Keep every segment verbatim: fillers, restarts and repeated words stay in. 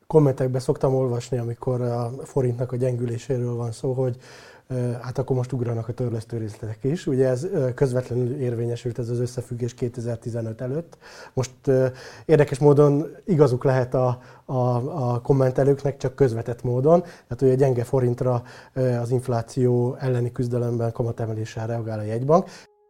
kommentekben szoktam olvasni, amikor a forintnak a gyengüléséről van szó, hogy hát akkor most ugranak a törlesztő részletek is. Ugye ez közvetlenül érvényesült ez az összefüggés kétezer-tizenöt előtt. Most érdekes módon igazuk lehet a, a, a kommentelőknek, csak közvetett módon. Tehát ugye a gyenge forintra az infláció elleni küzdelemben kamatemeléssel reagál a jegybank.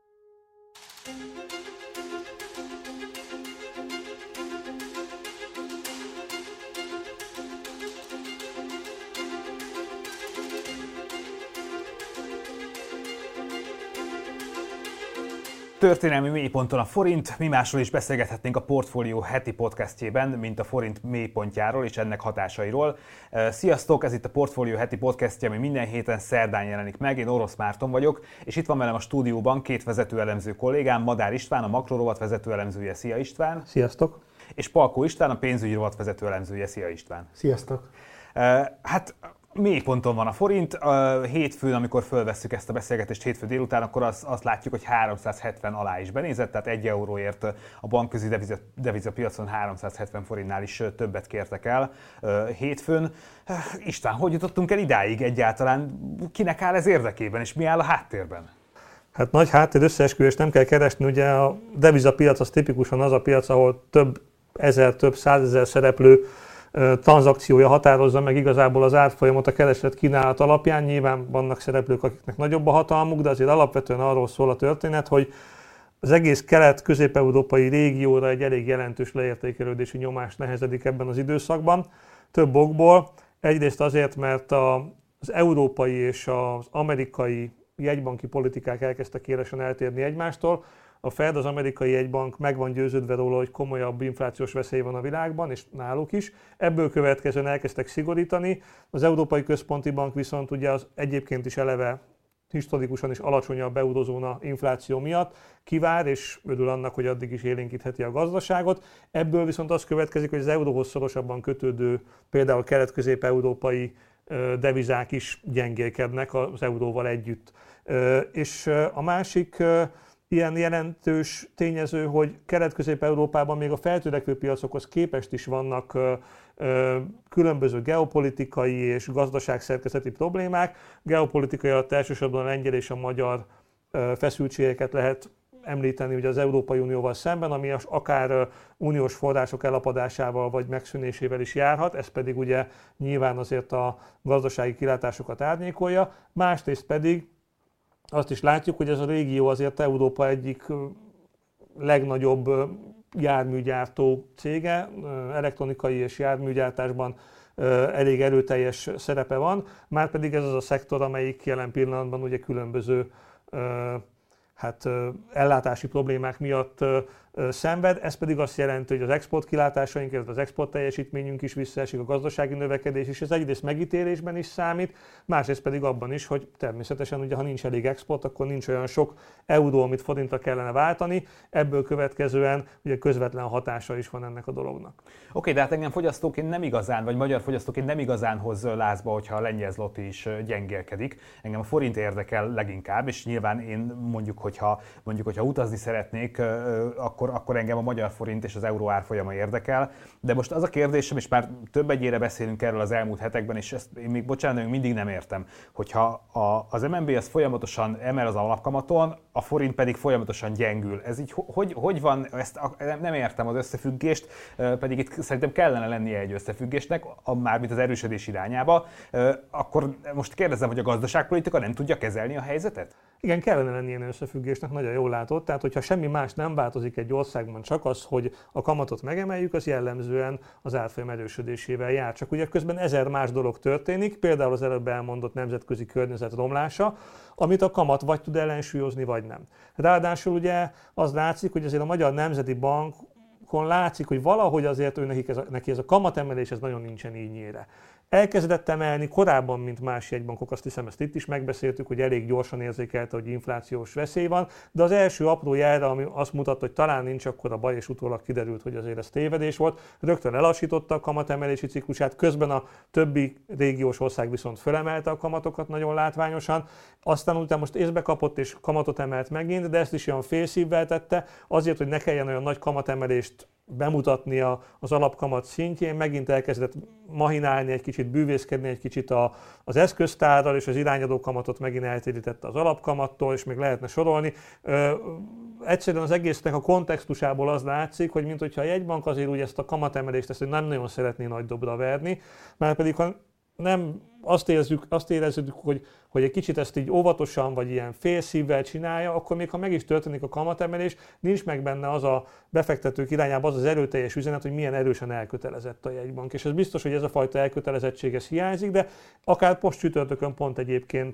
Történelmi mélyponton a forint, mi másról is beszélgethetnénk a Portfolio heti podcastjében, mint a forint mélypontjáról és ennek hatásairól. Sziasztok, ez itt a Portfolio heti podcastja, ami minden héten szerdán jelenik meg. Én Orosz Márton vagyok, és itt van velem a stúdióban két vezetőelemző kollégám, Madár István, a makrorovat vezetőelemzője. Szia István! Sziasztok! És Palkó István, a pénzügyi rovat vezetőelemzője. Szia István! Sziasztok! Hát mélyponton van a forint. A hétfőn, amikor fölvesszük ezt a beszélgetést hétfő délután, akkor azt, azt látjuk, hogy háromszázhetven alá is benézett, tehát egy euróért a bankközi deviza, devizapiacon háromszázhetven forintnál is többet kértek el hétfőn. István, hogy jutottunk el idáig egyáltalán? Kinek áll ez érdekében, és mi áll a háttérben? Hát nagy háttér összeesküvést nem kell keresni, ugye a devizapiac az tipikusan az a piac, ahol több ezer, több százezer szereplő tranzakciója határozza meg igazából az árfolyamot a kereslet kínálat alapján. Nyilván vannak szereplők, akiknek nagyobb a hatalmuk, de azért alapvetően arról szól a történet, hogy az egész kelet-közép-európai régióra egy elég jelentős leértékelődési nyomás nehezedik ebben az időszakban. Több okból. Egyrészt azért, mert az európai és az amerikai jegybanki politikák elkezdtek élesen eltérni egymástól. A Fed, az amerikai jegybank meg van győződve róla, hogy komolyabb inflációs veszély van a világban, és náluk is. Ebből következően elkezdtek szigorítani. Az Európai Központi Bank viszont ugye az egyébként is eleve historikusan is alacsonyabb eurozóna infláció miatt kivár, és örül annak, hogy addig is élénkítheti a gazdaságot. Ebből viszont az következik, hogy az euróhoz szorosabban kötődő, például kelet-közép-európai devizák is gyengélkednek az euróval együtt. És a másik ilyen jelentős tényező, hogy Kelet-Közép-Európában még a feltörekvő piacokhoz képest is vannak ö, ö, különböző geopolitikai és gazdaságszerkezeti problémák. Geopolitikai alatt elsősorban a lengyel és a magyar ö, feszültségeket lehet említeni ugye az Európai Unióval szemben, ami akár ö, uniós források elapadásával vagy megszűnésével is járhat, ez pedig ugye nyilván azért a gazdasági kilátásokat árnyékolja, másrészt pedig azt is látjuk, hogy ez a régió azért Európa egyik legnagyobb járműgyártó cége, elektronikai és járműgyártásban elég erőteljes szerepe van, márpedig ez az a szektor, amelyik jelen pillanatban ugye különböző hát, ellátási problémák miatt szenved, ez pedig azt jelenti, hogy az export kilátásaink, az export teljesítményünk is visszaesik, a gazdasági növekedés is, ez egyrészt megítélésben is számít, másrészt pedig abban is, hogy természetesen ugye, ha nincs elég export, akkor nincs olyan sok euró, amit forintra kellene váltani, ebből következően ugye közvetlen hatása is van ennek a dolognak. Oké, okay, de hát engem fogyasztóként nem igazán, vagy magyar fogyasztóként nem igazán hoz lázba, hogyha a lengyel zloty is gyengélkedik. Engem a forint érdekel leginkább, és nyilván én mondjuk, hogyha, mondjuk, hogyha utazni szeretnék, akkor Akkor, akkor engem a magyar forint és az euró árfolyama érdekel. De most az a kérdésem, és már több egyére beszélünk erről az elmúlt hetekben, és ezt én még bocsánat, még mindig nem értem, hogyha a, az em en bé az folyamatosan emel az alapkamaton, a forint pedig folyamatosan gyengül. Ez így hogy, hogy van, ezt nem értem az összefüggést, pedig itt szerintem kellene lennie egy összefüggésnek, mármint az erősödés irányába. Akkor most kérdezem, hogy a gazdaságpolitika nem tudja kezelni a helyzetet? Igen, kellene lenni ilyen összefüggésnek, nagyon jól látod. Tehát, hogyha semmi más nem változik egy országban, csak az, hogy a kamatot megemeljük, az jellemzően az árfolyam erősödésével jár. Csak ugye közben ezer más dolog történik, például az előbb elmondott nemzetközi környezet romlása, amit a kamat vagy tud ellensúlyozni, vagy nem. Ráadásul ugye az látszik, hogy azért a Magyar Nemzeti Bankon látszik, hogy valahogy azért ő neki ez a, neki ez a kamatemelés, ez nagyon nincsen ígyére. Elkezdett emelni korábban, mint más jegybankok, azt hiszem, ezt itt is megbeszéltük, hogy elég gyorsan érzékelte, hogy inflációs veszély van, de az első apró jelre, ami azt mutatta, hogy talán nincs akkora baj, és utólag kiderült, hogy azért ez tévedés volt, rögtön lelassította a kamatemelési ciklusát, közben a többi régiós ország viszont fölemelte a kamatokat nagyon látványosan, aztán utána most észbe kapott és kamatot emelt megint, de ezt is olyan félszívvel tette, azért, hogy ne kelljen olyan nagy kamatemelést bemutatni az alapkamat szintjén, megint elkezdett mahinálni, egy kicsit bűvészkedni, egy kicsit a, az eszköztárral, és az irányadó kamatot megint eltérítette az alapkamattól, és még lehetne sorolni. Ö, egyszerűen az egésznek a kontextusából az látszik, hogy minthogyha a jegybank azért úgy ezt a kamatemelést ezt nem nagyon szeretné nagy dobra verni, mert pedig ha nem azt érezzük, azt érezzük hogy, hogy egy kicsit ezt így óvatosan, vagy ilyen félszívvel csinálja, akkor még ha meg is történik a kamatemelés, nincs meg benne az a befektetők irányában az az erőteljes üzenet, hogy milyen erősen elkötelezett a jegybank. És ez biztos, hogy ez a fajta elkötelezettség ez hiányzik, de akár most csütörtökön pont egyébként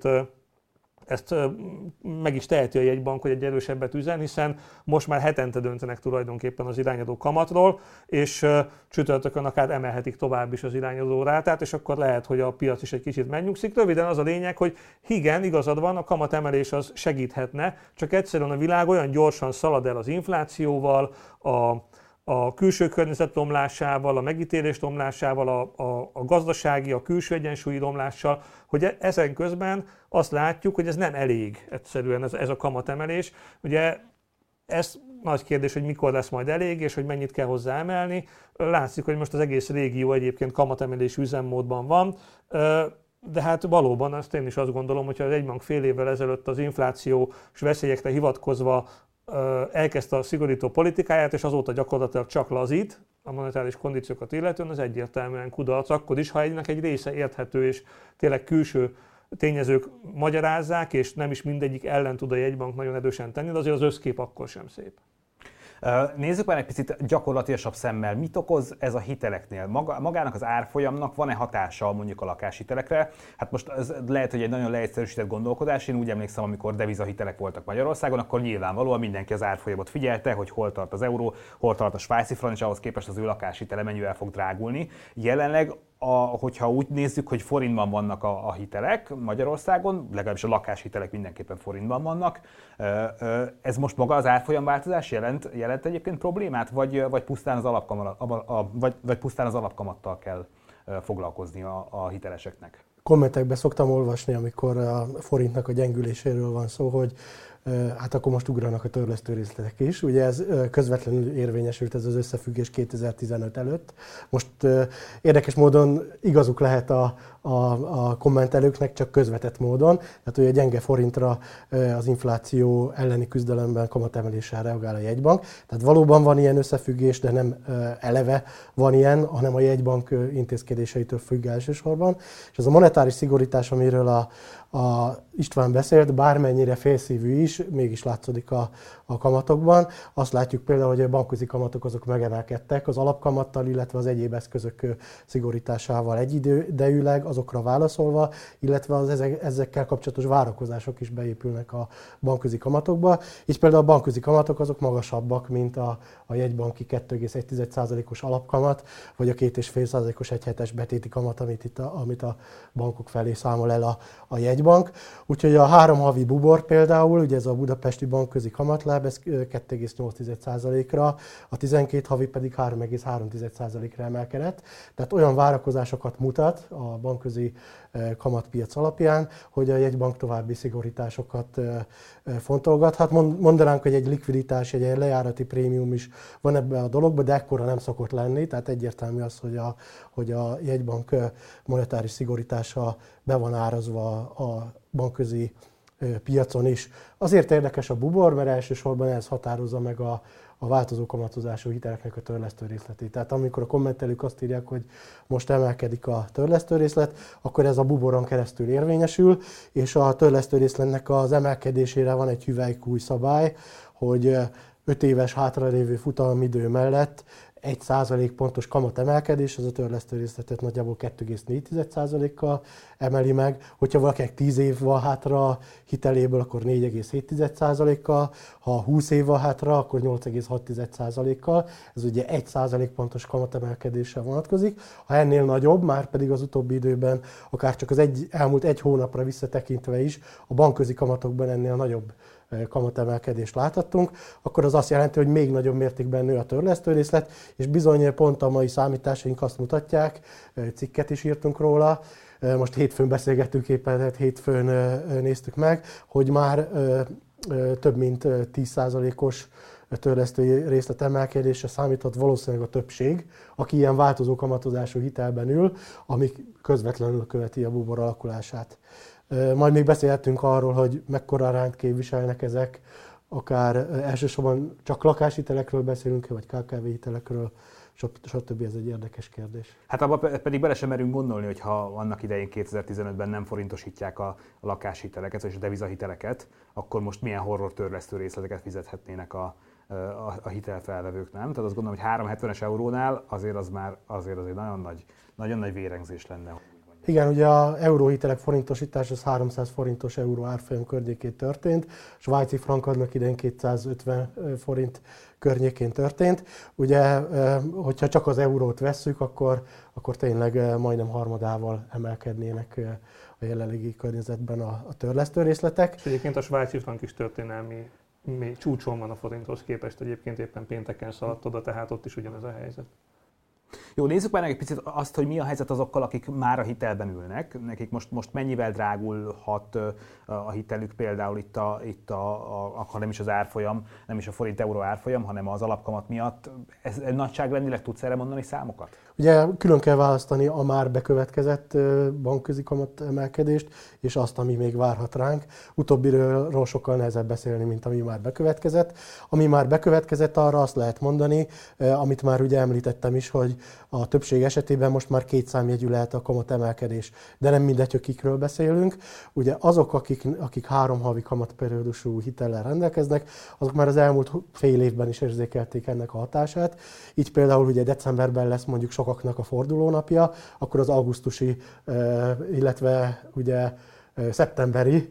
ezt meg is teheti a jegybank, hogy egy erősebbet üzen, hiszen most már hetente döntenek tulajdonképpen az irányadó kamatról, és csütörtökön akár emelhetik tovább is az irányadó rátát, és akkor lehet, hogy a piac is egy kicsit megnyugszik. Röviden az a lényeg, hogy igen, igazad van, a kamatemelés az segíthetne, csak egyszerűen a világ olyan gyorsan szalad el az inflációval, a a külső környezet romlásával, a megítélés romlásával, a, a, a gazdasági, a külső egyensúlyi romlással, hogy ezen közben azt látjuk, hogy ez nem elég egyszerűen ez, ez a kamatemelés. Ugye ez nagy kérdés, hogy mikor lesz majd elég, és hogy mennyit kell hozzá emelni. Látszik, hogy most az egész régió egyébként kamatemelés üzemmódban van, de hát valóban azt én is azt gondolom, hogyha az jegybank fél évvel ezelőtt az inflációs veszélyekre hivatkozva elkezdte a szigorító politikáját, és azóta gyakorlatilag csak lazít a monetáris kondíciókat illetően, az egyértelműen kudarc, akkor is, ha egynek egy része érthető, és tényleg külső tényezők magyarázzák, és nem is mindegyik ellen tud a jegybank nagyon erősen tenni, de azért az összkép akkor sem szép. Nézzük már egy picit gyakorlatilasabb szemmel, mit okoz ez a hiteleknél? Maga, magának az árfolyamnak van-e hatása mondjuk a lakáshitelekre? Hát most ez lehet, hogy egy nagyon leegyszerűsített gondolkodás. Én úgy emlékszem, amikor devizahitelek voltak Magyarországon, akkor nyilvánvalóan mindenki az árfolyamot figyelte, hogy hol tart az euró, hol tart a svájci frank, és ahhoz képest az ő lakáshitele mennyivel fog drágulni. Jelenleg A, hogyha úgy nézzük, hogy forintban vannak a, a hitelek Magyarországon, legalábbis a lakáshitelek mindenképpen forintban vannak, ez most maga az árfolyamváltozás jelent, jelent egyébként problémát, vagy, vagy, pusztán az alapkamat, a, a, vagy, vagy pusztán az alapkamattal kell foglalkozni a, a hiteleseknek? Kommentekben szoktam olvasni, amikor a forintnak a gyengüléséről van szó, hogy hát akkor most ugranak a törlesztő részletek is. Ugye ez közvetlenül érvényesült ez az összefüggés kétezer-tizenöt előtt. Most érdekes módon igazuk lehet a, a, a kommentelőknek, csak közvetett módon. Tehát, hogy a gyenge forintra az infláció elleni küzdelemben kamatemeléssel reagál a jegybank. Tehát valóban van ilyen összefüggés, de nem eleve van ilyen, hanem a jegybank intézkedéseitől függ elsősorban. És az a monetáris szigorítás, amiről a, a István beszélt, bármennyire félszívű is, mégis látszódik a, a kamatokban. Azt látjuk például, hogy a bankközi kamatok azok megemelkedtek az alapkamattal, illetve az egyéb eszközök szigorításával egyidejűleg, azokra válaszolva, illetve az ezekkel kapcsolatos várakozások is beépülnek a bankközi kamatokba. Így például a bankközi kamatok azok magasabbak, mint a, a jegybanki kettő egész egy százalékos alapkamat, vagy a két egész öt százalékos egyhetes betéti kamat, amit, itt a, amit a bankok felé számol el a, a jegybank. Úgyhogy a három havi bubor például, ugye ez a budapesti bankközi kamatláb, ez kettő egész nyolc százalékra, a tizenkét havi pedig három egész három százalékra emelkedett. Tehát olyan várakozásokat mutat a bankközi kamatpiac alapján, hogy a jegybank további szigorításokat fontolgathat. Mondanánk, hogy egy likviditás, egy lejárati prémium is van ebben a dologban, de ekkora nem szokott lenni, tehát egyértelmű az, hogy a, hogy a jegybank monetáris szigorítása be van árazva a bankközi piacon is. Azért érdekes a bubor, mert elsősorban ez határozza meg a, a változó kamatozású hiteleknek a törlesztő részletét. Tehát amikor a kommentelők azt írják, hogy most emelkedik a törlesztő részlet, akkor ez a buboron keresztül érvényesül, és a törlesztő részletnek az emelkedésére van egy hüvelykúj szabály, hogy öt éves hátralévő futamidő mellett egy százalék pontos kamatemelkedés, az a törlesztő részletet nagyjából kettő egész négy százalékkal emeli meg. Hogyha valakinek tíz év van hátra a hiteléből, akkor négy egész hét százalékkal, ha húsz év van hátra, akkor nyolc egész hat százalékkal. Ez ugye egy százalék pontos kamatemelkedéssel vonatkozik. Ha ennél nagyobb, már pedig az utóbbi időben, akár csak az egy, elmúlt egy hónapra visszatekintve is, a bankközi kamatokban ennél nagyobb kamatemelkedést láthattunk, akkor az azt jelenti, hogy még nagyobb mértékben nő a törlesztőrészlet, és bizony pont a mai számításaink azt mutatják, cikket is írtunk róla, most hétfőn beszélgettünk éppen, tehát hétfőn néztük meg, hogy már több mint tíz százalékos törlesztői részlet emelkedésre számíthat valószínűleg a többség, aki ilyen változó kamatozású hitelben ül, ami közvetlenül követi a bubor alakulását. Majd még beszélhetünk arról, hogy mekkora arányt képviselnek ezek, akár elsősorban csak lakáshitelekről beszélünk, vagy ká ká vé hitelekről, stb. Ez egy érdekes kérdés. Hát abban pedig bele sem merünk gondolni, hogy ha annak idején kétezer-tizenötben nem forintosítják a lakáshiteleket és a devizahiteleket, akkor most milyen horror törlesztő részleteket fizethetnének a, a, a hitelfelvevők, nem? Tehát azt gondolom, hogy háromszázhetvenes eurónál azért az már azért az egy nagyon nagy, nagyon nagy vérengzés lenne. Igen, ugye az euróhitelek forintosítás az háromszáz forintos euró árfolyam környékén történt, svájci frank annak idején kétszázötven forint környékén történt. Ugye, hogyha csak az eurót vesszük, akkor, akkor tényleg majdnem harmadával emelkednének a jelenlegi környezetben a, a törlesztő részletek. És egyébként a svájci frank is történelmi még csúcson van a forinthoz képest, egyébként éppen pénteken szaladt oda, tehát ott is ugyanez a helyzet. Jó, nézzük már egy picit azt, hogy mi a helyzet azokkal, akik már a hitelben ülnek. Nekik most, most mennyivel drágulhat a hitelük például itt, a, itt a, a, ha nem is az árfolyam, nem is a forint-euró árfolyam, hanem az alapkamat miatt. Ez nagyságrendileg tudsz erre mondani számokat? Ugye külön kell választani a már bekövetkezett bankközi kamat emelkedést, és azt, ami még várhat ránk. Utóbbiről sokkal nehezebb beszélni, mint ami már bekövetkezett. Ami már bekövetkezett, arra azt lehet mondani, amit már ugye említettem is, hogy a többség esetében most már két számjegyű lehet a kamat emelkedés, de nem mindegy, hogy kikről beszélünk. Ugye azok, akik, akik három havi kamatperiódusú hitellel rendelkeznek, azok már az elmúlt fél évben is érzékelték ennek a hatását. Így például ugye decemberben lesz mondjuk sokaknak a fordulónapja, akkor az augusztusi, illetve ugye szeptemberi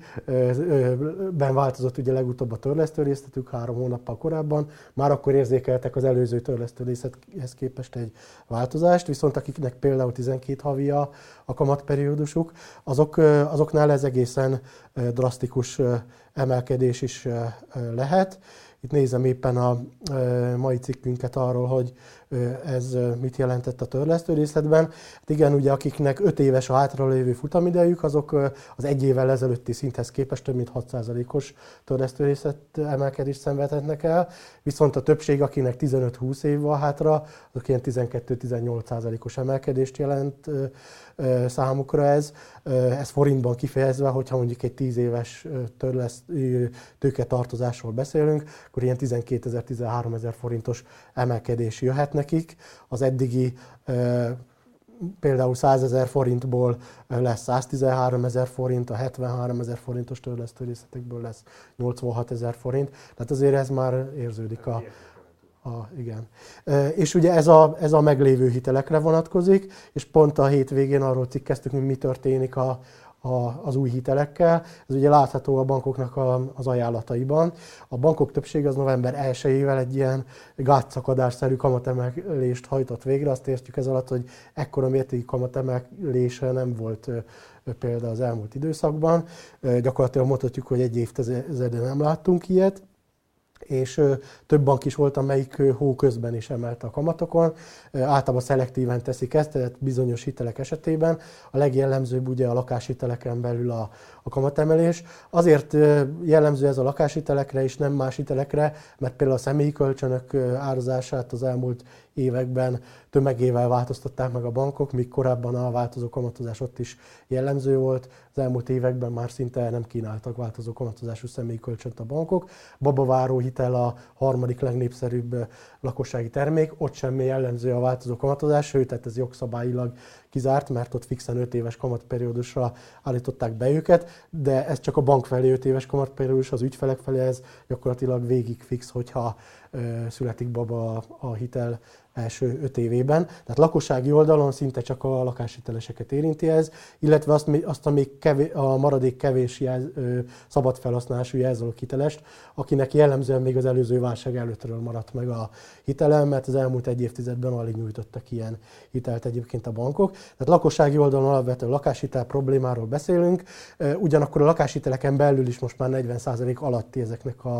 ben változott ugye legutóbb a törlesztő részletük három hónappal korábban, már akkor érzékeltek az előző törlesztő részlethez képest egy változást, viszont akiknek például tizenkét havi a, a kamatperiódusuk, azok, azoknál ez egészen drasztikus emelkedés is lehet. Itt nézem éppen a mai cikkünket arról, hogy ez mit jelentett a törlesztő részletben. Hát igen, ugye akiknek öt éves a hátralévő futamidejük, azok az egy évvel ezelőtti szinthez képest több mint hat százalékos törlesztő részlet emelkedést szenvedhetnek el, viszont a többség, akinek tizenöt-húsz év van hátra, azok ilyen tizenkét-tizennyolc százalékos emelkedést jelent számukra ez. Ez forintban kifejezve, hogyha mondjuk egy tíz éves tőketartozásról beszélünk, akkor ilyen tizenkétezer-tizenháromezer forintos emelkedés jöhet nekik. Az eddigi például százezer forintból lesz száztizenháromezer forint, a hetvenháromezer forintos törlesztő részletekből lesz nyolcvanhatezer forint, tehát azért ez már érződik a... A, igen. E, és ugye ez a, ez a meglévő hitelekre vonatkozik, és pont a hétvégén arról cikkeztük, hogy mi történik a, a, az új hitelekkel. Ez ugye látható a bankoknak a, az ajánlataiban. A bankok többsége az november elsejével egy ilyen gátszakadásszerű kamatemelést hajtott végre. Azt értjük ez alatt, hogy ekkora mértékű kamatemelése nem volt példa az elmúlt időszakban. E, gyakorlatilag mondhatjuk, hogy egy évtizeden nem láttunk ilyet. És ö, több bank is volt, amelyik ö, hó közben is emelte a kamatokon. Ö, általában szelektíven teszik ezt, tehát bizonyos hitelek esetében. A legjellemzőbb ugye a lakáshiteleken belül a, a kamatemelés. Azért ö, jellemző ez a lakáshitelekre és nem más hitelekre, mert például a személyi kölcsönök ö, árazását az elmúlt években tömegével változtatták meg a bankok, míg korábban a változó kamatozás ott is jellemző volt. Az elmúlt években már szinte nem kínáltak változó kamatozású személyi kölcsönt a bankok. Babaváró hitel a harmadik legnépszerűbb lakossági termék, ott sem jellemző a változó kamatozás, sőt, tehát ez jogszabályilag kizárt, mert ott fixen öt éves kamatperiódusra állították be őket, de ez csak a bank felé öt éves kamatperiódus, az ügyfelek felé ez gyakorlatilag végig fix, hogyha ö, születik baba a, a hitel első öt évében. Tehát lakossági oldalon szinte csak a lakáshiteleseket érinti ez, illetve azt, azt a, még kevés, a maradék kevés jelz, ö, szabad felhasználású jelzálog hitelest, akinek jellemzően még az előző válság előttről maradt meg a hitelem, mert az elmúlt egy évtizedben alig nyújtottak ilyen hitelt egyébként a bankok. Tehát lakossági oldalon alapvetően lakáshitel problémáról beszélünk, ugyanakkor a lakáshiteleken belül is most már negyven százalék alatti ezeknek a,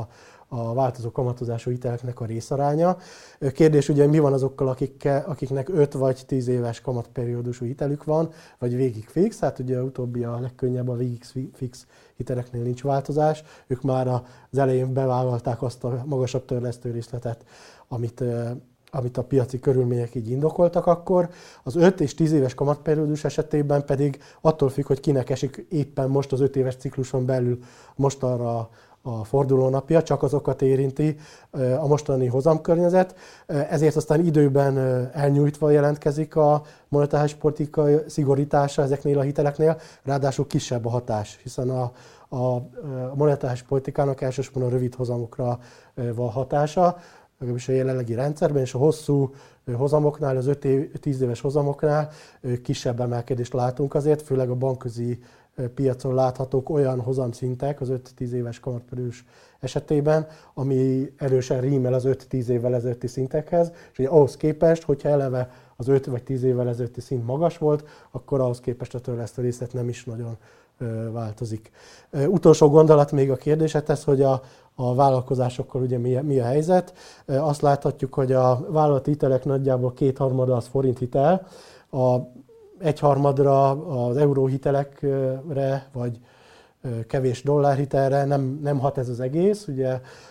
a változó kamatozású hiteleknek a részaránya. Kérdés ugye, mi van azokkal, akikkel, akiknek öt vagy tíz éves kamatperiódusú hitelük van, vagy végig fix, hát ugye utóbbi a legkönnyebb, a végig fix hiteleknél nincs változás. Ők már az elején bevállalták azt a magasabb törlesztő részletet, amit, amit a piaci körülmények így indokoltak akkor. Az öt és tíz éves kamatperiódus esetében pedig attól függ, hogy kinek esik éppen most az öt éves cikluson belül most arra a fordulónapja, csak azokat érinti a mostani hozamkörnyezet, ezért aztán időben elnyújtva jelentkezik a monetáris politika szigorítása ezeknél a hiteleknél, ráadásul kisebb a hatás, hiszen a, a monetáris politikának elsősorban a rövid hozamokra van hatása, legalábbis a jelenlegi rendszerben, és a hosszú hozamoknál, az öt-tíz éves hozamoknál kisebb emelkedést látunk azért, főleg a bankközi piacon láthatók olyan hozamszintek az öt-tíz éves kamatperiódus esetében, ami erősen rímel az öt-tíz évvel ezelőtti szintekhez, és ugye ahhoz képest, hogyha eleve az öt vagy tíz évvel ezelőtti szint magas volt, akkor ahhoz képest a törlesztő részlet nem is nagyon változik. Utolsó gondolat még a kérdésedhez, hogy a, a vállalkozásokkal ugye mi, mi a helyzet. Azt láthatjuk, hogy a vállalati hitelek nagyjából kétharmada az forinthitel, a egyharmadra az euróhitelekre, vagy kevés dollárhitelre nem, nem hat ez az egész. Ugye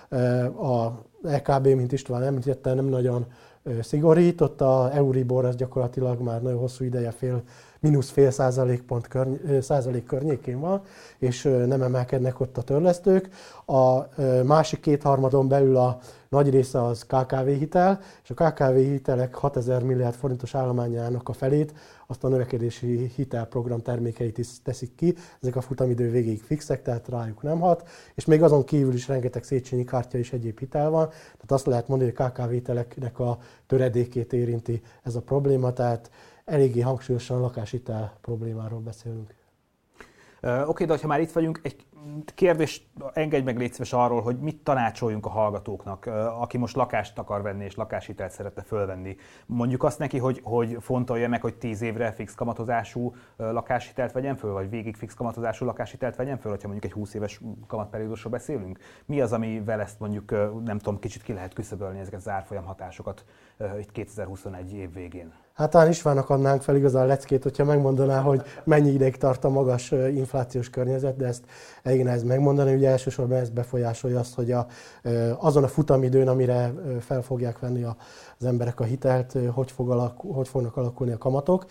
a é ká bé, mint István említette, nem nagyon szigorít, ott a Euribor az gyakorlatilag már nagyon hosszú ideje fél, mínusz fél százalékpont körny- százalék környékén van, és nem emelkednek ott a törlesztők. A másik kétharmadon belül a nagy része az ká ká vé hitel, és a ká ká vé hitelek hatezer milliárd forintos állományának a felét azt a növekedési hitelprogram termékeit is teszik ki. Ezek a futamidő végéig fixek, tehát rájuk nem hat, és még azon kívül is rengeteg Széchenyi kártya és egyéb hitel van, tehát azt lehet mondani, hogy a ká ká vé hiteleknek a töredékét érinti ez a probléma, tehát eléggé hangsúlyosan lakáshitel problémáról beszélünk. Oké, okay, de ha már itt vagyunk, egy kérdés engedj meg légy szíves arról, hogy mit tanácsoljunk a hallgatóknak, aki most lakást akar venni és lakáshitelt szeretne fölvenni. Mondjuk azt neki, hogy, hogy fontolja meg, hogy tíz évre fix kamatozású lakáshitelt vegyen föl, vagy végig fix kamatozású lakáshitelt vegyen föl, hogyha mondjuk egy húsz éves kamatperiódusról beszélünk. Mi az, amivel ezt mondjuk, nem tudom, kicsit ki lehet küszöbölni ezeket az árfolyam hatásokat itt kétezer-huszonegy év végén? Hát talán Istvánnak adnánk fel igazán a leckét, hogyha megmondaná, hogy mennyi ideig tart a magas inflációs környezet, de ezt elég nehéz megmondani. Ugye elsősorban ez befolyásolja azt, hogy a, azon a futamidőn, amire fel fogják venni az emberek a hitelt, hogy, fog alakul, hogy fognak alakulni a kamatok.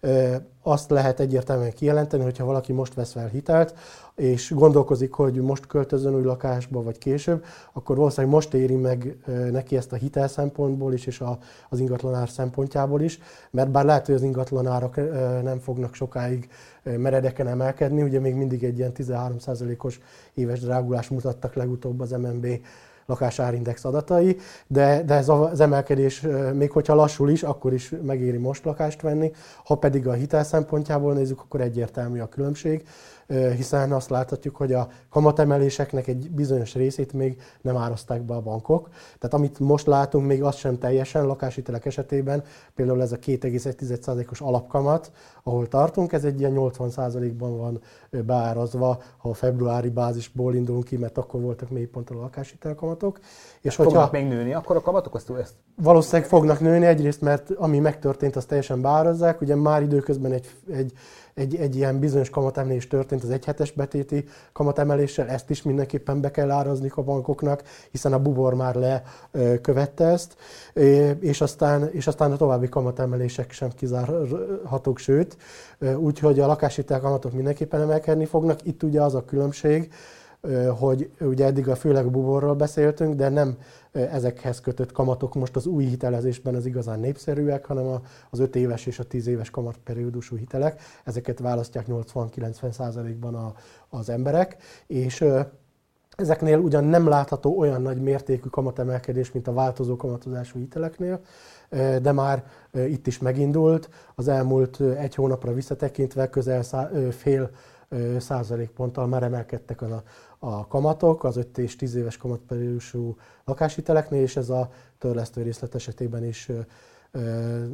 Azt lehet egyértelműen kijelenteni, hogyha valaki most vesz fel hitelt, és gondolkozik, hogy most költözön új lakásba, vagy később, akkor valószínűleg most éri meg neki ezt a hitel szempontból is, és a, az ingatlanár szempontjából is, mert bár lehet, hogy az ingatlanárak nem fognak sokáig meredeken emelkedni, ugye még mindig egy ilyen tizenhárom százalékos éves drágulást mutattak legutóbb az em en bé lakásárindex adatai, de, de ez az emelkedés, még hogyha lassul is, akkor is megéri most lakást venni. Ha pedig a hitel szempontjából nézzük, akkor egyértelmű a különbség, hiszen azt láthatjuk, hogy a kamatemeléseknek egy bizonyos részét még nem árazták be a bankok. Tehát amit most látunk, még az sem teljesen lakáshitelek esetében, például ez a két egész egy százalékos alapkamat, ahol tartunk, ez egy ilyen nyolcvan százalékban van beárazva, ha a februári bázisból indulunk ki, mert akkor voltak mélyponton a lakáshitelkamatok. És fognak hogyha még nőni akkor a kamatok? Azt, ezt... Valószínűleg fognak nőni egyrészt, mert ami megtörtént, azt teljesen beárazzák. Ugye már időközben egy, egy, egy, egy ilyen bizonyos kamatemelés történt az egyhetes betéti kamatemeléssel, ezt is mindenképpen be kell árazni a bankoknak, hiszen a bubor már lekövette ezt, és aztán, és aztán a további kamatemelések sem kizárhatók, sőt, úgyhogy a lakáshitel kamatok mindenképpen emelkedni fognak. Itt ugye az a különbség, hogy ugye eddig a főleg a buborról beszéltünk, de nem ezekhez kötött kamatok most az új hitelezésben az igazán népszerűek, hanem az öt éves és a tíz éves kamatperiódusú hitelek. Ezeket választják nyolcvan-kilencven százalékban az emberek, és ezeknél ugyan nem látható olyan nagy mértékű kamatemelkedés, mint a változó kamatozású hiteleknél, de már itt is megindult. Az elmúlt egy hónapra visszatekintve közel fél százalékponttal már emelkedtek a, a kamatok az öt és tíz éves kamatperiódusú lakáshiteleknél, és ez a törlesztő részlet esetében is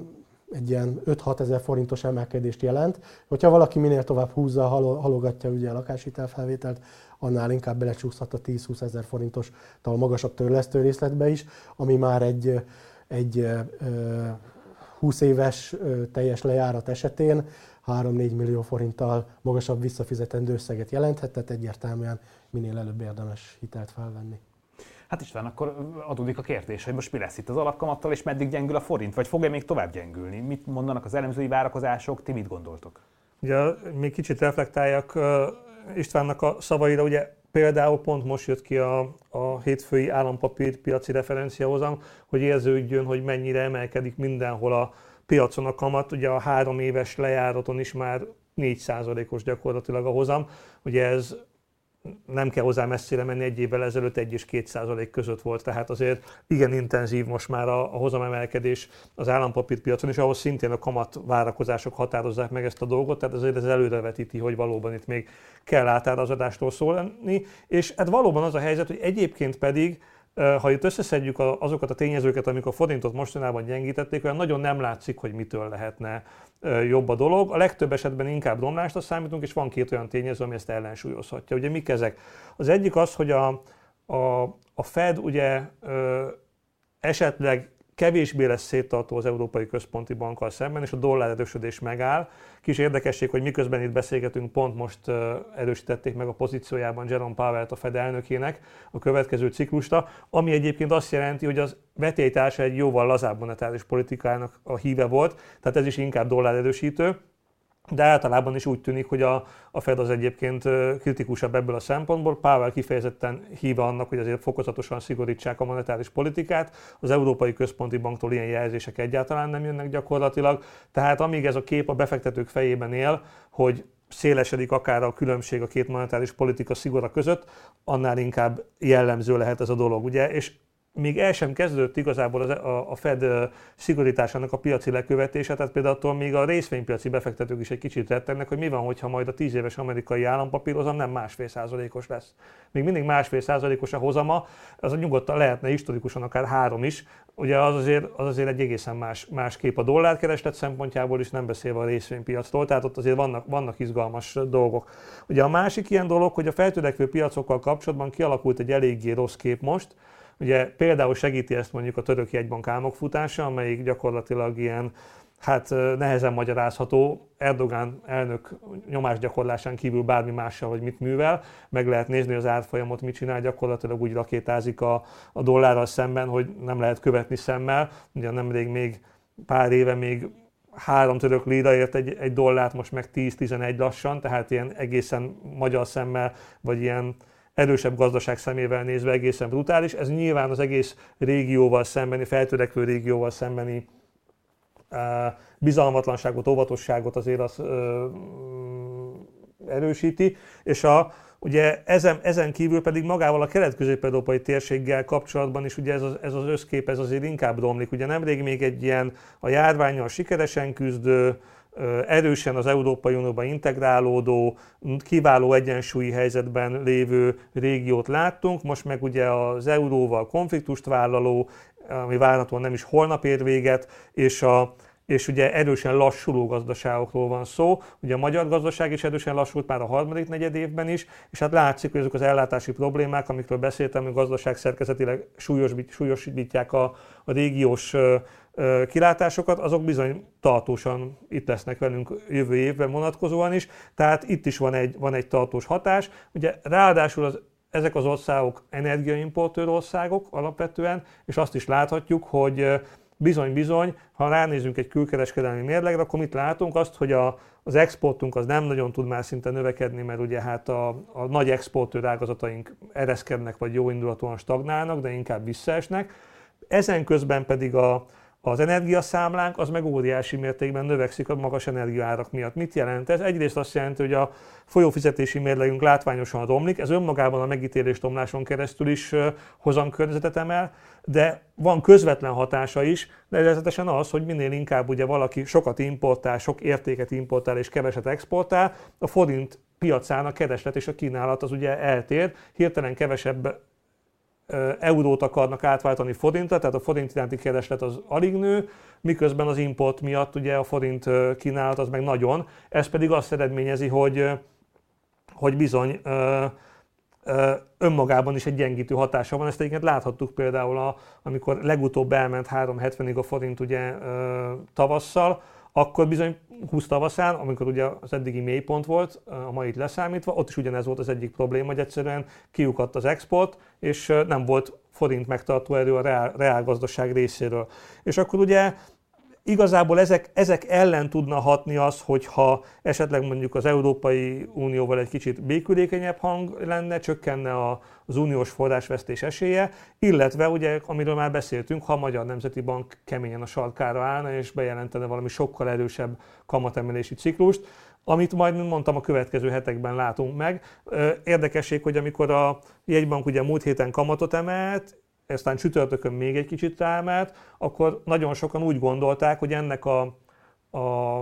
egy ilyen öt-hat ezer forintos emelkedést jelent. Hogyha valaki minél tovább húzza, halogatja ugye a lakáshitelfelvételt, annál inkább belecsúszhat a tíz-húsz ezer forintos magasabb törlesztő részletbe is, ami már egy, egy húsz éves teljes lejárat esetén három-négy millió forinttal magasabb visszafizetendő összeget jelenthet, tehát egyértelműen minél előbb érdemes hitelt felvenni. Hát István, akkor adódik a kérdés, hogy most mi lesz itt az alapkamattal, és meddig gyengül a forint, vagy fog-e még tovább gyengülni? Mit mondanak az elemzői várakozások, ti mit gondoltok? Ugye még kicsit reflektáljak Istvánnak a szavaira, ugye például pont most jött ki a, a hétfői állampapírpiaci referenciahozam, hogy érződjön, hogy mennyire emelkedik mindenhol a piacon a kamat. Ugye a három éves lejáraton is már négy százalékos gyakorlatilag a hozam. Ugye ez nem kell hozzá messzire menni, egy évvel ezelőtt egy és két százalék között volt, tehát azért igen intenzív most már a, a hozamemelkedés az állampapírpiacon, és ahhoz szintén a kamat várakozások határozzák meg ezt a dolgot, tehát azért ez előrevetíti, hogy valóban itt még kell átárazodástól szólni, és hát valóban az a helyzet, hogy egyébként pedig, ha itt összeszedjük azokat a tényezőket, amik a forintot mostanában gyengítették, olyan nagyon nem látszik, hogy mitől lehetne jobb a dolog. A legtöbb esetben inkább romlásra számítunk, és van két olyan tényező, ami ezt ellensúlyozhatja. Ugye mik ezek? Az egyik az, hogy a, a, a Fed ugye ö, esetleg kevésbé lesz széttartó az Európai Központi Bankkal szemben, és a dollár erősödés megáll. Kis érdekesség, hogy miközben itt beszélgetünk, pont most erősítették meg a pozíciójában Jerome Powell-t, a Fed elnökének a következő ciklusra, ami egyébként azt jelenti, hogy az vetélytársa egy jóval lazább monetáris politikának a híve volt, tehát ez is inkább dollár erősítő. De általában is úgy tűnik, hogy a, a Fed az egyébként kritikusabb ebből a szempontból. Powell kifejezetten híve annak, hogy azért fokozatosan szigorítsák a monetáris politikát. Az Európai Központi Banktól ilyen jelzések egyáltalán nem jönnek gyakorlatilag. Tehát amíg ez a kép a befektetők fejében él, hogy szélesedik akár a különbség a két monetáris politika szigora között, annál inkább jellemző lehet ez a dolog. Ugye? És még el sem kezdődött igazából az, a, a Fed szigorításának a piaci lekövetése, tehát például attól még a részvénypiaci befektetők is egy kicsit rettegnek, hogy mi van, hogyha majd a tíz éves amerikai állampapírhozam nem másfél százalékos lesz. Még mindig másfél százalékos a hozama, az nyugodtan lehetne historikusan akár három is, ugye az azért, az azért egy egészen más, más kép a dollárkereslet szempontjából is, nem beszélve a részvénypiacról, tehát ott azért vannak, vannak izgalmas dolgok. Ugye a másik ilyen dolog, hogy a feltörekvő piacokkal kapcsolatban kialakult egy eléggé rossz kép most. Ugye például segíti ezt mondjuk a török jegybank álmokfutása, amelyik gyakorlatilag ilyen, hát nehezen magyarázható, Erdogan elnök nyomásgyakorlásán kívül bármi mással, hogy mit művel. Meg lehet nézni az árfolyamot, mit csinál, gyakorlatilag úgy rakétázik a, a dollárral szemben, hogy nem lehet követni szemmel. Ugye nemrég még pár éve még három török líraért egy, egy dollárt, most meg tíz-tizenegy lassan, tehát ilyen egészen magyar szemmel, vagy ilyen erősebb gazdaság szemével nézve egészen brutális. Ez nyilván az egész régióval szembeni, feltörekvő régióval szembeni uh, bizalmatlanságot, óvatosságot azért az uh, erősíti, és a, ugye ezen, ezen kívül pedig magával a kelet-közép-európai térséggel kapcsolatban is ugye ez az, ez az összkép ez azért inkább romlik. Ugye nemrég még egy ilyen a járvánnyal sikeresen küzdő, erősen az Európai Unióban integrálódó, kiváló egyensúlyi helyzetben lévő régiót láttunk, most meg ugye az euróval konfliktust vállaló, ami várhatóan nem is holnap ér véget, és, a, és ugye erősen lassuló gazdaságokról van szó. Ugye a magyar gazdaság is erősen lassult már a harmadik negyed évben is, és hát látszik, hogy azok az ellátási problémák, amikről beszéltem, hogy gazdaság szerkezetileg súlyosítják a, a régiós kilátásokat, azok bizony tartósan itt lesznek velünk jövő évben vonatkozóan is, tehát itt is van egy, van egy tartós hatás. Ugye ráadásul az, ezek az országok energiaimportőr országok alapvetően, és azt is láthatjuk, hogy bizony-bizony, ha ránézünk egy külkereskedelmi mérlegre, akkor mit látunk? Azt, hogy a, az exportunk az nem nagyon tud már szinte növekedni, mert ugye hát a, a nagy exportőr ágazataink ereszkednek, vagy jóindulatúan stagnálnak, de inkább visszaesnek. Ezen közben pedig a Az energiaszámlánk az meg óriási mértékben növekszik a magas energiaárak miatt. Mit jelent ez? Egyrészt azt jelenti, hogy a folyófizetési mérlegünk látványosan romlik, ez önmagában a megítélés romláson keresztül is hozamkörnyezetet emel, de van közvetlen hatása is, nevezetesen az, hogy minél inkább ugye valaki sokat importál, sok értéket importál és keveset exportál, a forint piacán a kereslet és a kínálat az ugye eltér, hirtelen kevesebb eurót akarnak átváltani forintra, tehát a forint iránti kereslet az alig nő, miközben az import miatt ugye a forint kínálat az meg nagyon. Ez pedig azt eredményezi, hogy, hogy bizony önmagában is egy gyengítő hatása van. Ezt egyébként láthattuk például, a, amikor legutóbb elment három hetvenig a forint ugye tavasszal, akkor bizony húsz tavaszán, amikor ugye az eddigi mélypont volt, a mait leszámítva, ott is ugyanez volt az egyik probléma, hogy egyszerűen kiukadt az export, és nem volt forint megtartó erő a reál, reálgazdaság részéről. És akkor ugye igazából ezek, ezek ellen tudna hatni az, hogyha esetleg mondjuk az Európai Unióval egy kicsit békülékenyebb hang lenne, csökkenne a, az uniós forrásvesztés esélye, illetve ugye, amiről már beszéltünk, ha a Magyar Nemzeti Bank keményen a sarkára állna és bejelentene valami sokkal erősebb kamatemelési ciklust, amit majd, mint mondtam, a következő hetekben látunk meg. Érdekesség, hogy amikor a jegybank ugye múlt héten kamatot emelt, aztán csütörtökön még egy kicsit ráemelt, akkor nagyon sokan úgy gondolták, hogy ennek a, a,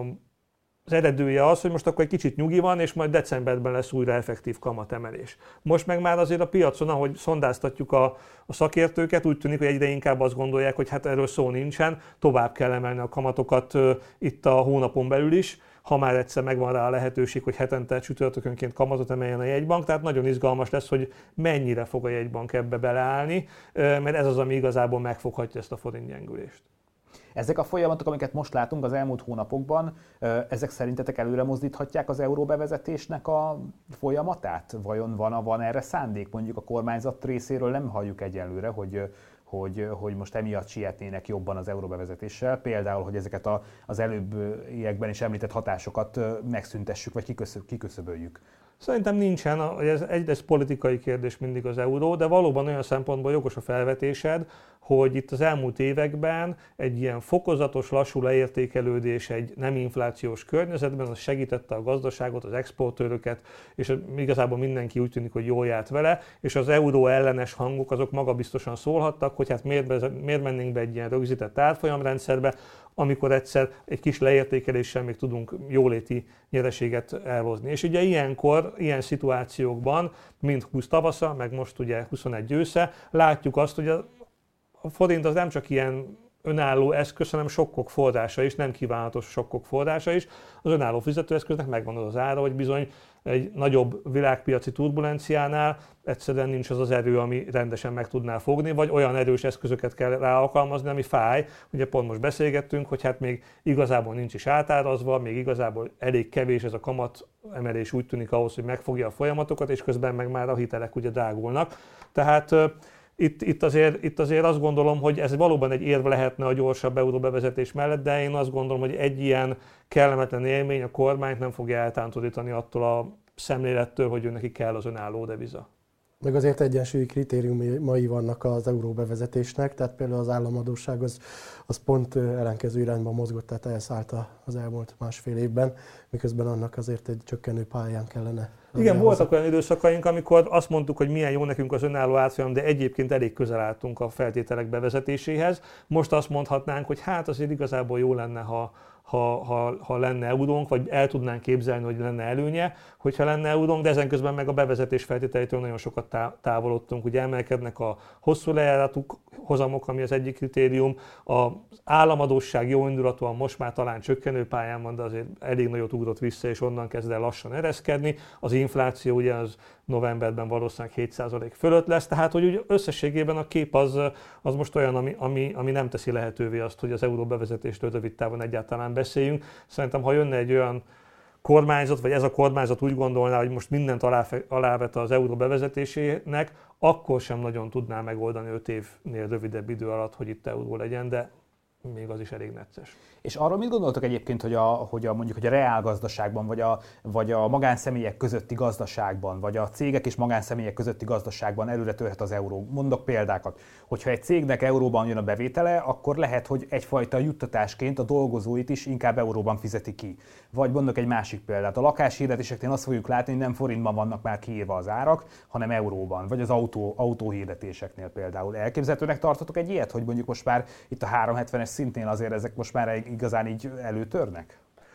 az eredője az, hogy most akkor egy kicsit nyugi van, és majd decemberben lesz újra effektív kamatemelés. Most meg már azért a piacon, ahogy szondáztatjuk a, a szakértőket, úgy tűnik, hogy egyre inkább azt gondolják, hogy hát erről szó nincsen, tovább kell emelni a kamatokat uh, itt a hónapon belül is, ha már egyszer megvan rá a lehetőség, hogy hetente csütörtökönként kamatot emeljen a jegybank, tehát nagyon izgalmas lesz, hogy mennyire fog a jegybank ebbe beleállni, mert ez az, ami igazából megfoghatja ezt a forint gyengülést. Ezek a folyamatok, amiket most látunk az elmúlt hónapokban, ezek szerintetek előre mozdíthatják az euróbevezetésnek a folyamatát? Vajon van, van erre szándék? Mondjuk a kormányzat részéről nem halljuk egyelőre, hogy Hogy, hogy most emiatt sietnének jobban az euróbevezetéssel, például, hogy ezeket a, az előbbiekben is említett hatásokat megszüntessük, vagy kiköszöböljük. Szerintem nincsen, ez egyrészt politikai kérdés mindig az euró, de valóban olyan szempontból jogos a felvetésed, hogy itt az elmúlt években egy ilyen fokozatos, lassú leértékelődés egy nem inflációs környezetben, az segítette a gazdaságot, az exportőröket, és igazából mindenki úgy tűnik, hogy jól járt vele, és az euró ellenes hangok azok magabiztosan szólhattak, hogy hát miért, miért mennénk be egy ilyen rögzített árfolyamrendszerbe, amikor egyszer egy kis leértékeléssel még tudunk jóléti nyereséget elhozni. És ugye ilyenkor, ilyen szituációkban, mint húsz tavasza, meg most ugye huszonegy ősze, látjuk azt, hogy a A forint az nem csak ilyen önálló eszköz, hanem sokkok forrása is, nem kívánatos sokkok forrása is. Az önálló fizetőeszköznek megvan az az ára, hogy bizony egy nagyobb világpiaci turbulenciánál egyszerűen nincs az az erő, ami rendesen meg tudná fogni, vagy olyan erős eszközöket kell rá alkalmazni, ami fáj. Ugye pont most beszélgettünk, hogy hát még igazából nincs is átárazva, még igazából elég kevés ez a kamat emelés úgy tűnik ahhoz, hogy megfogja a folyamatokat, és közben meg már a hitelek ugye drágulnak. Tehát Itt, itt, azért, itt azért azt gondolom, hogy ez valóban egy érv lehetne a gyorsabb euróbevezetés mellett, de én azt gondolom, hogy egy ilyen kellemetlen élmény a kormányt nem fogja eltántorítani attól a szemlélettől, hogy ő neki kell az önálló deviza. Meg azért egyensúlyi kritériumai vannak az euróbevezetésnek, tehát például az államadósság az, az pont ellenkező irányba mozgott, tehát elszállt az elmúlt másfél évben, miközben annak azért egy csökkenő pályán kellene. Igen, voltak olyan időszakaink, amikor azt mondtuk, hogy milyen jó nekünk az önálló árfolyam, de egyébként elég közel álltunk a feltételek bevezetéséhez. Most azt mondhatnánk, hogy hát azért igazából jó lenne, ha Ha, ha, ha lenne eurónk, vagy el tudnánk képzelni, hogy lenne előnye, hogyha lenne eurónk, de ezen közben meg a bevezetés feltételeitől nagyon sokat távolodtunk. Ugye emelkednek a hosszú lejáratú hozamok, ami az egyik kritérium, az államadósság jó indulatúan most már talán csökkenő pályán van, de azért elég nagyot ugrott vissza, és onnan kezd el lassan ereszkedni. Az infláció ugye az novemberben valószínűleg hét százalék fölött lesz, tehát hogy úgy összességében a kép az, az most olyan, ami, ami, ami nem teszi lehetővé azt, hogy az euró bevezetéstől rövid távon egyáltalán beszéljünk. Szerintem, ha jönne egy olyan kormányzat, vagy ez a kormányzat úgy gondolná, hogy most mindent alávet az euró bevezetésének, akkor sem nagyon tudná megoldani öt évnél rövidebb idő alatt, hogy itt euró legyen, de még az is elég necces. És arról mit gondoltok egyébként, hogy a, hogy a mondjuk hogy a reálgazdaságban, vagy a, vagy a magánszemélyek közötti gazdaságban, vagy a cégek és magánszemélyek közötti gazdaságban előre törhet az euró? Mondok példákat. Hogyha egy cégnek euróban jön a bevétele, akkor lehet, hogy egyfajta juttatásként a dolgozóit is inkább euróban fizeti ki. Vagy mondok egy másik példát. A lakáshirdetéseknél azt fogjuk látni, hogy nem forintban vannak már kiírva az árak, hanem euróban. Vagy az autó, autóhirdetéseknél például. Elképzelhetőnek tartotok egy ilyet, hogy mondjuk most már itt a háromszázhetvenes szintnél azért ezek most már igazán így előtörnek?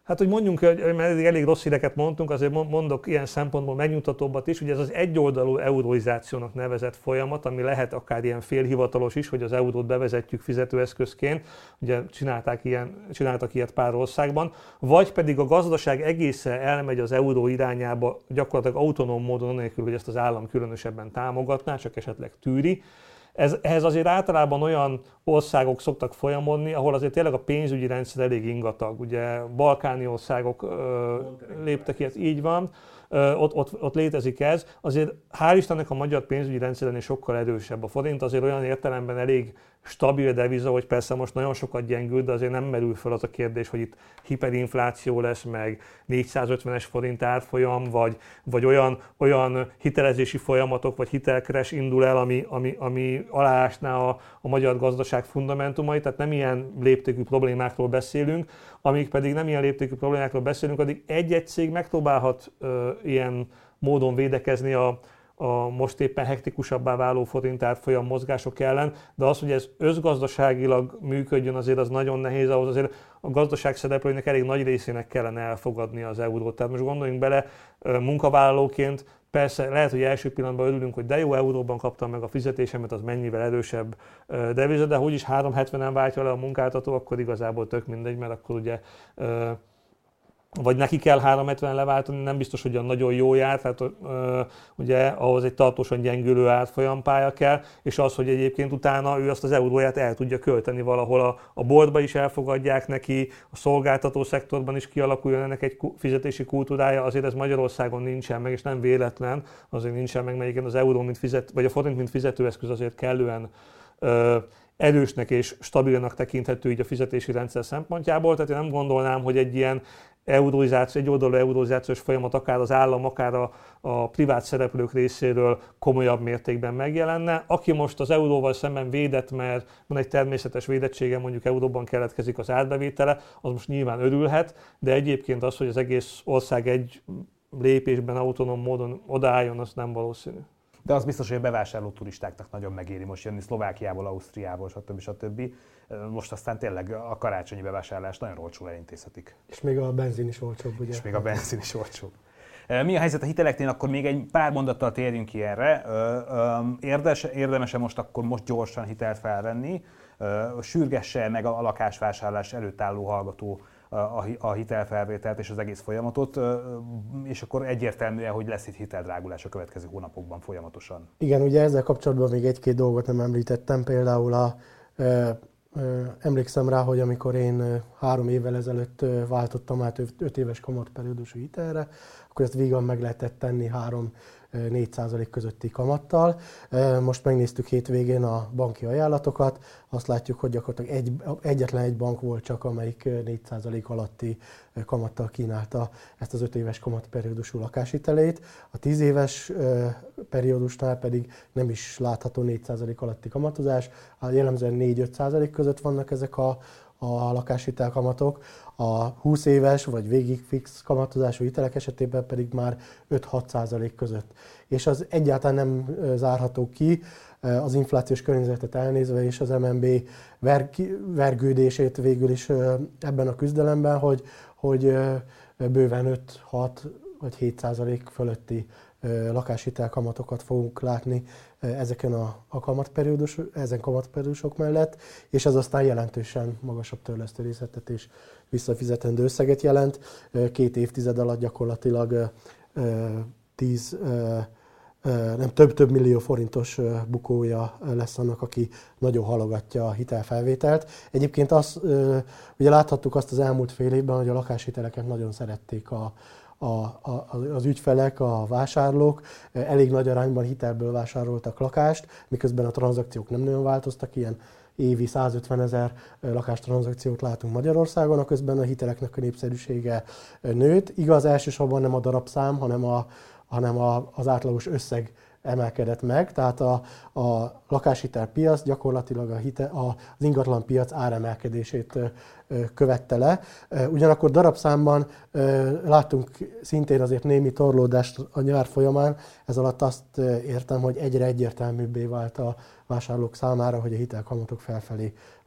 Hát, hogy mondjunk, hogy mert elég rossz híreket mondtunk, azért mondok ilyen szempontból megnyugtatóbbat is, ugye ez az egyoldalú euróizációnak nevezett folyamat, ami lehet akár ilyen félhivatalos is, hogy az eurót bevezetjük fizetőeszközként, ugye csinálták ilyen, csináltak ilyet pár országban, vagy pedig a gazdaság egészen elmegy az euró irányába, gyakorlatilag autonóm módon, nélkül, hogy ezt az állam különösebben támogatná, csak esetleg tűri. Ez, ehhez azért általában olyan országok szoktak folyamodni, ahol azért tényleg a pénzügyi rendszer elég ingatag. Ugye balkáni országok ö, léptek ilyet, így van, ö, ott, ott, ott létezik ez. Azért hál' Istennek a magyar pénzügyi rendszerén sokkal erősebb. A forint azért olyan értelemben elég stabil deviza, hogy persze most nagyon sokat gyengül, de azért nem merül fel az a kérdés, hogy itt hiperinfláció lesz, meg négyszázötvenes forint árfolyam, vagy, vagy olyan, olyan hitelezési folyamatok, vagy hitelkeres indul el, ami, ami, ami aláásná a, a magyar gazdaság fundamentumait, tehát nem ilyen léptékű problémákról beszélünk, amíg pedig nem ilyen léptékű problémákról beszélünk, addig egy-egy cég megpróbálhat ö, ilyen módon védekezni a a most éppen hektikusabbá váló forint árfolyam mozgások ellen, de az, hogy ez összgazdaságilag működjön, azért az nagyon nehéz, ahhoz azért a gazdaság szereplőinek elég nagy részének kellene elfogadni az eurót. Tehát most gondoljunk bele, munkavállalóként persze lehet, hogy első pillanatban örülünk, hogy de jó, euróban kaptam meg a fizetésemet, az mennyivel erősebb deviza, de hogy is három hetvenen váltja le a munkáltató, akkor igazából tök mindegy, mert akkor ugye vagy neki kell három hetvenen leváltani, nem biztos, hogy a nagyon jó jár, tehát ö, ugye ahhoz egy tartósan gyengülő árfolyampálya kell, és az, hogy egyébként utána ő azt az euróját el tudja költeni valahol a, a boltba is elfogadják neki, a szolgáltató szektorban is kialakuljon ennek egy fizetési kultúrája, azért ez Magyarországon nincsen meg, és nem véletlen, azért nincsen meg, mert igen az euró, mint fizet, vagy a forint, mint fizetőeszköz azért kellően ö, erősnek és stabilnak tekinthető így a fizetési rendszer szempontjából, tehát én nem gondolnám, hogy egy ilyen euróizáció, egy oldalú euróizációs folyamat akár az állam, akár a, a privát szereplők részéről komolyabb mértékben megjelenne. Aki most az euróval szemben védett, mert van egy természetes védettsége, mondjuk euróban keletkezik az árbevétele, az most nyilván örülhet, de egyébként az, hogy az egész ország egy lépésben autonóm módon odaálljon, az nem valószínű. De az biztos, hogy a bevásárló turistáknak nagyon megéri most jönni Szlovákiából, Ausztriából, stb. stb. Most aztán tényleg a karácsonyi bevásárlást nagyon olcsó elintézhetik. És még a benzin is olcsóbb, ugye? És még a benzin is olcsóbb. Mi a helyzet a hiteleknél? Akkor még egy pár mondattal térjünk ki erre. Érdemes, érdemes-e most akkor most gyorsan hitelt felvenni? Sürgesse meg a lakásvásárlás előtt álló hallgató a hitelfelvételt és az egész folyamatot, és akkor egyértelműen, hogy lesz itt hiteldrágulás a következő hónapokban folyamatosan. Igen, ugye ezzel kapcsolatban még egy-két dolgot nem említettem, például a, ö, ö, emlékszem rá, hogy amikor én három évvel ezelőtt váltottam át öt éves kamatperiódusú hitelre, akkor ezt vígan meg lehetett tenni három-négy százalék közötti kamattal. Most megnéztük hétvégén a banki ajánlatokat, azt látjuk, hogy gyakorlatilag egy, egyetlen egy bank volt csak, amelyik négy százalék alatti kamattal kínálta ezt az öt éves kamatperiódusú lakáshitelét. A tíz éves periódusnál pedig nem is látható négy százalék alatti kamatozás, jellemzően négy-öt százalék között vannak ezek a a lakáshitel kamatok, a húsz éves vagy végig fix kamatozású hitelek esetében pedig már öt-hat százalék között. És az egyáltalán nem zárható ki, az inflációs környezetet elnézve és az em en bé vergődését végül is ebben a küzdelemben, hogy, hogy bőven öt-hat vagy hét százalék fölötti lakáshitel kamatokat fogunk látni ezeken a, a kamatperiódus, ezen kamatperiódusok mellett, és ez aztán jelentősen magasabb törlesztő részletet és visszafizetendő összeget jelent. Két évtized alatt gyakorlatilag tíz, nem több-több millió forintos bukója lesz annak, aki nagyon halogatja a hitelfelvételt. Egyébként az, ugye láthattuk azt az elmúlt fél évben, hogy a lakáshiteleket nagyon szerették a A, a, az ügyfelek, a vásárlók elég nagy arányban hitelből vásároltak lakást, miközben a tranzakciók nem nagyon változtak, ilyen évi százötven ezer lakástranzakciót látunk Magyarországon, a közben a hiteleknek a népszerűsége nőtt. Igaz, elsősorban nem a darabszám, hanem, a, hanem a, az átlagos összeg emelkedett meg, tehát a, a lakáshitelpiac gyakorlatilag a hite, a, az ingatlan piac áremelkedését követte le. Ugyanakkor darabszámban láttunk szintén azért némi torlódást a nyár folyamán, ez alatt azt értem, hogy egyre egyértelműbbé vált a vásárlók számára, hogy a hitelkamatok felfelé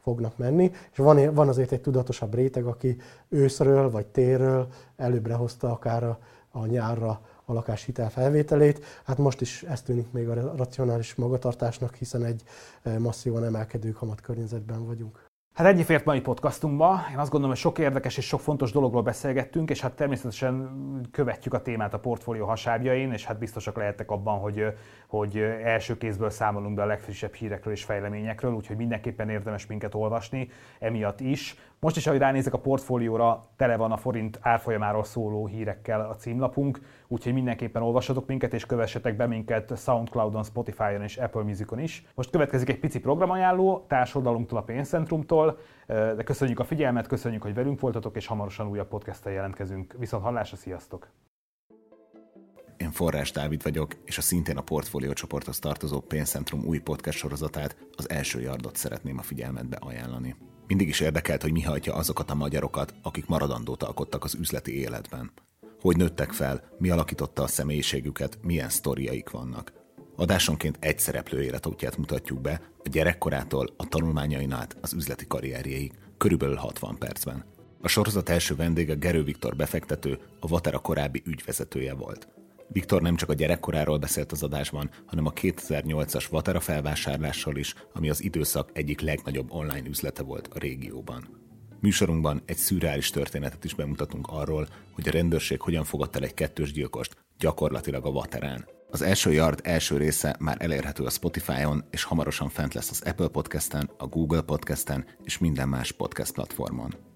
fognak menni, és van, van azért egy tudatosabb réteg, aki őszről vagy térről előbbre hozta akár a, a nyárra a lakáshitel felvételét. Hát most is ez tűnik még a racionális magatartásnak, hiszen egy masszívan emelkedő kamatkörnyezetben vagyunk. Hát ennyi fért mai podcastunkba. Én azt gondolom, hogy sok érdekes és sok fontos dologról beszélgettünk, és hát természetesen követjük a témát a portfólió hasábjain, és hát biztosak lehettek abban, hogy, hogy első kézből számolunk be a legfrissebb hírekről és fejleményekről, úgyhogy mindenképpen érdemes minket olvasni, emiatt is. Most is, ahogy ránézek a portfólióra, tele van a forint árfolyamáról szóló hírekkel a címlapunk, úgyhogy mindenképpen olvassatok minket, és kövessetek be minket Soundcloudon, Spotify-on és Apple Musicon is. Most következik egy pici programajánló társoldalunktól, a Pénzcentrumtól, de köszönjük a figyelmet, köszönjük, hogy velünk voltatok, és hamarosan újabb podcasttel jelentkezünk. Viszont hallásra, sziasztok! Én Forrás Dávid vagyok, és a szintén a Portfólió csoporthoz tartozó Pénzcentrum új podcast sorozatát, az Első Yardot szeretném a figyelmetbe ajánlani. Mindig is érdekelt, hogy mi hajtja azokat a magyarokat, akik maradandót alkottak az üzleti életben. Hogy nőttek fel, mi alakította a személyiségüket, milyen sztoriaik vannak. Adásonként egy szereplő életútját mutatjuk be, a gyerekkorától a tanulmányain át az üzleti karrierjéig, körülbelül hatvan percben. A sorozat első vendége Gerő Viktor befektető, a Vatera korábbi ügyvezetője volt. Viktor nem csak a gyerekkoráról beszélt az adásban, hanem a kétezer-nyolcas Vatera felvásárlásról is, ami az időszak egyik legnagyobb online üzlete volt a régióban. Műsorunkban egy szürreális történetet is bemutatunk arról, hogy a rendőrség hogyan fogott el egy kettős gyilkost, gyakorlatilag a Vaterán. Az Első Yard első része már elérhető a Spotify-on, és hamarosan fent lesz az Apple Podcasten, a Google Podcasten és minden más podcast platformon.